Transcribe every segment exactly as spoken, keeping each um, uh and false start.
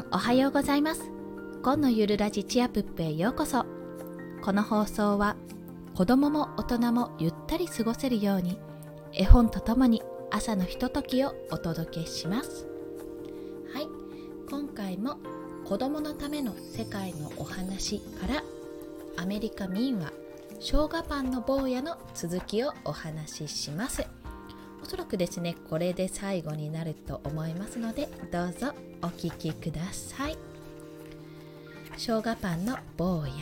おはようございます。今のゆるラジチアプップへようこそ。この放送は子供も大人もゆったり過ごせるように絵本とともに朝のひとときをお届けします。はい、今回も子供のための世界のお話からアメリカ民話生姜パンの坊やの続きをお話しします。おそらくですね、これで最後になると思いますので、どうぞお聞きください。生姜パンの坊や。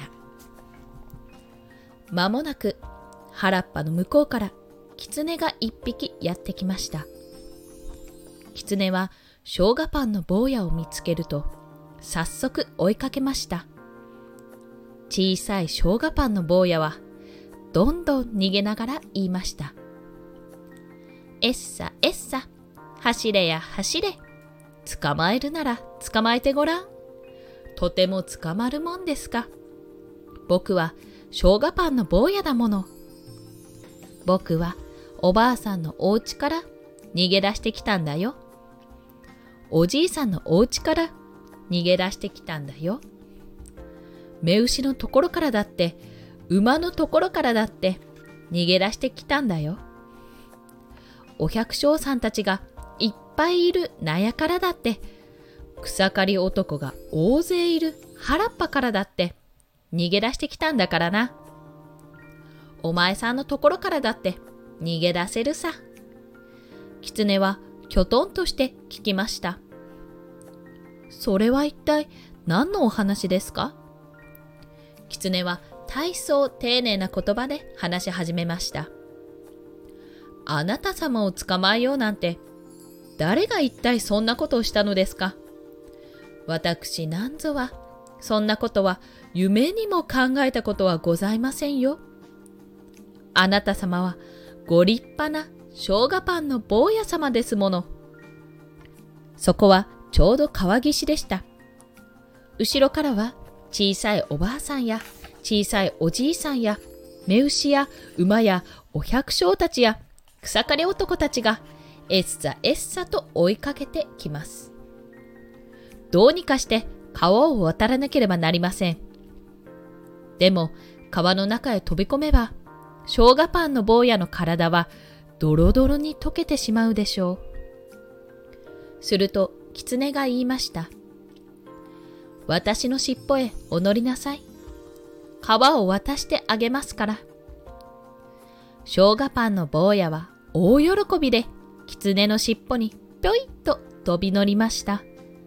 まもなく原っぱの向こうから狐が一匹やってきました。狐は生姜パンの坊やを見つけると早速追いかけました。小さい生姜パンの坊やはどんどん逃げながら言いました。えっさえっさ、走れや走れ。捕まえるなら捕まえてごらん。とても捕まるもんですか。僕は生姜パンの坊やだもの。僕はおばあさんのお家から逃げ出してきたんだよ。おじいさんのお家から逃げ出してきたんだよ。目牛のところからだって、馬のところからだって逃げ出してきたんだよ。お百姓さんたちがいっぱいいる納屋からだって、草刈り男が大勢いる原っぱからだって逃げ出してきたんだからな。お前さんのところからだって逃げ出せるさ。狐はきょとんとして聞きました。それは一体何のお話ですか？狐は大層丁寧な言葉で話し始めました。あなた様を捕まえようなんて、誰が一体そんなことをしたのですか？私なんぞは、そんなことは夢にも考えたことはございませんよ。あなた様はご立派な生姜パンの坊や様ですもの。そこはちょうど川岸でした。後ろからは小さいおばあさんや小さいおじいさんや目牛や馬やお百姓たちや草刈り男たちがえっさえっさと追いかけてきます。どうにかして川を渡らなければなりません。でも川の中へ飛び込めば生姜パンの坊やの体はドロドロに溶けてしまうでしょう。すると狐が言いました。私の尻尾へお乗りなさい。川を渡してあげますから。生姜パンの坊やは大喜びで狐の尻尾にぴょいっと飛び乗りました。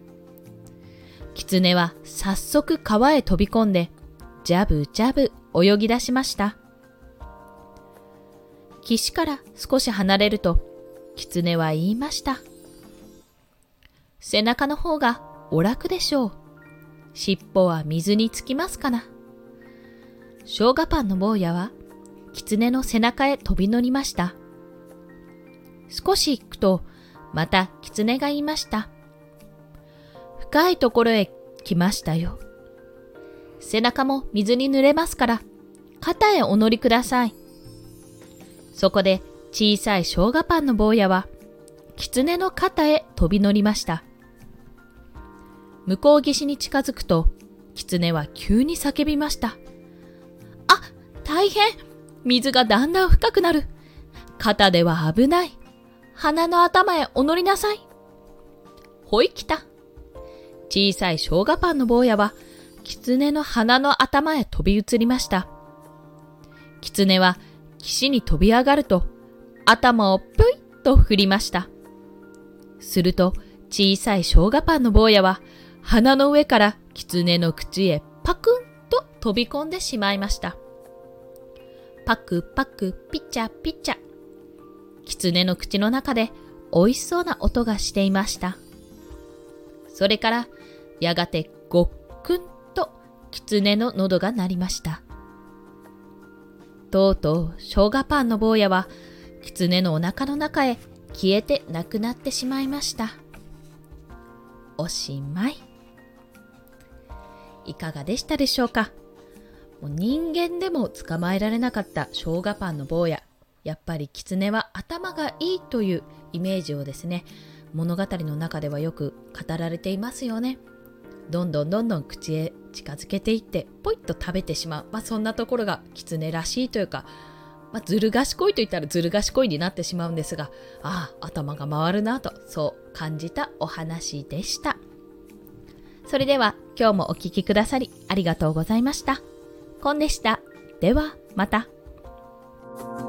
狐は早速川へ飛び込んでジャブジャブ泳ぎ出しました。岸から少し離れると狐は言いました。背中の方がお楽でしょう。尻尾は水につきますかな。生姜パンの坊やは狐の背中へ飛び乗りました。少し行くとまた狐が言いました。深いところへ来ましたよ。背中も水に濡れますから肩へお乗りください。そこで小さい生姜パンの坊やは狐の肩へ飛び乗りました。向こう岸に近づくと狐は急に叫びました。あ、大変！水がだんだん深くなる。肩では危ない。鼻の頭へお乗りなさい。ほいきた。小さい生姜パンの坊やは狐の鼻の頭へ飛び移りました。狐は岸に飛び上がると頭をぷいっと振りました。すると小さい生姜パンの坊やは鼻の上から狐の口へパクンと飛び込んでしまいました。パクパクピチャピチャ。狐の口の中でおいしそうな音がしていました。それからやがてごっくんと狐の喉が鳴りました。とうとう生姜パンの坊やは狐のお腹の中へ消えてなくなってしまいました。おしまい。いかがでしたでしょうか。もう人間でも捕まえられなかった生姜パンの坊や。やっぱり狐は頭がいいというイメージをですね、物語の中ではよく語られていますよね。 どんどんどんどん口へ近づけていってポイッと食べてしまう、まあ、そんなところが狐らしいというか、まあ、ずる賢いと言ったらずる賢いになってしまうんですが、ああ頭が回るなとそう感じたお話でした。それでは今日もお聞きくださりありがとうございました。コンでした。ではまた。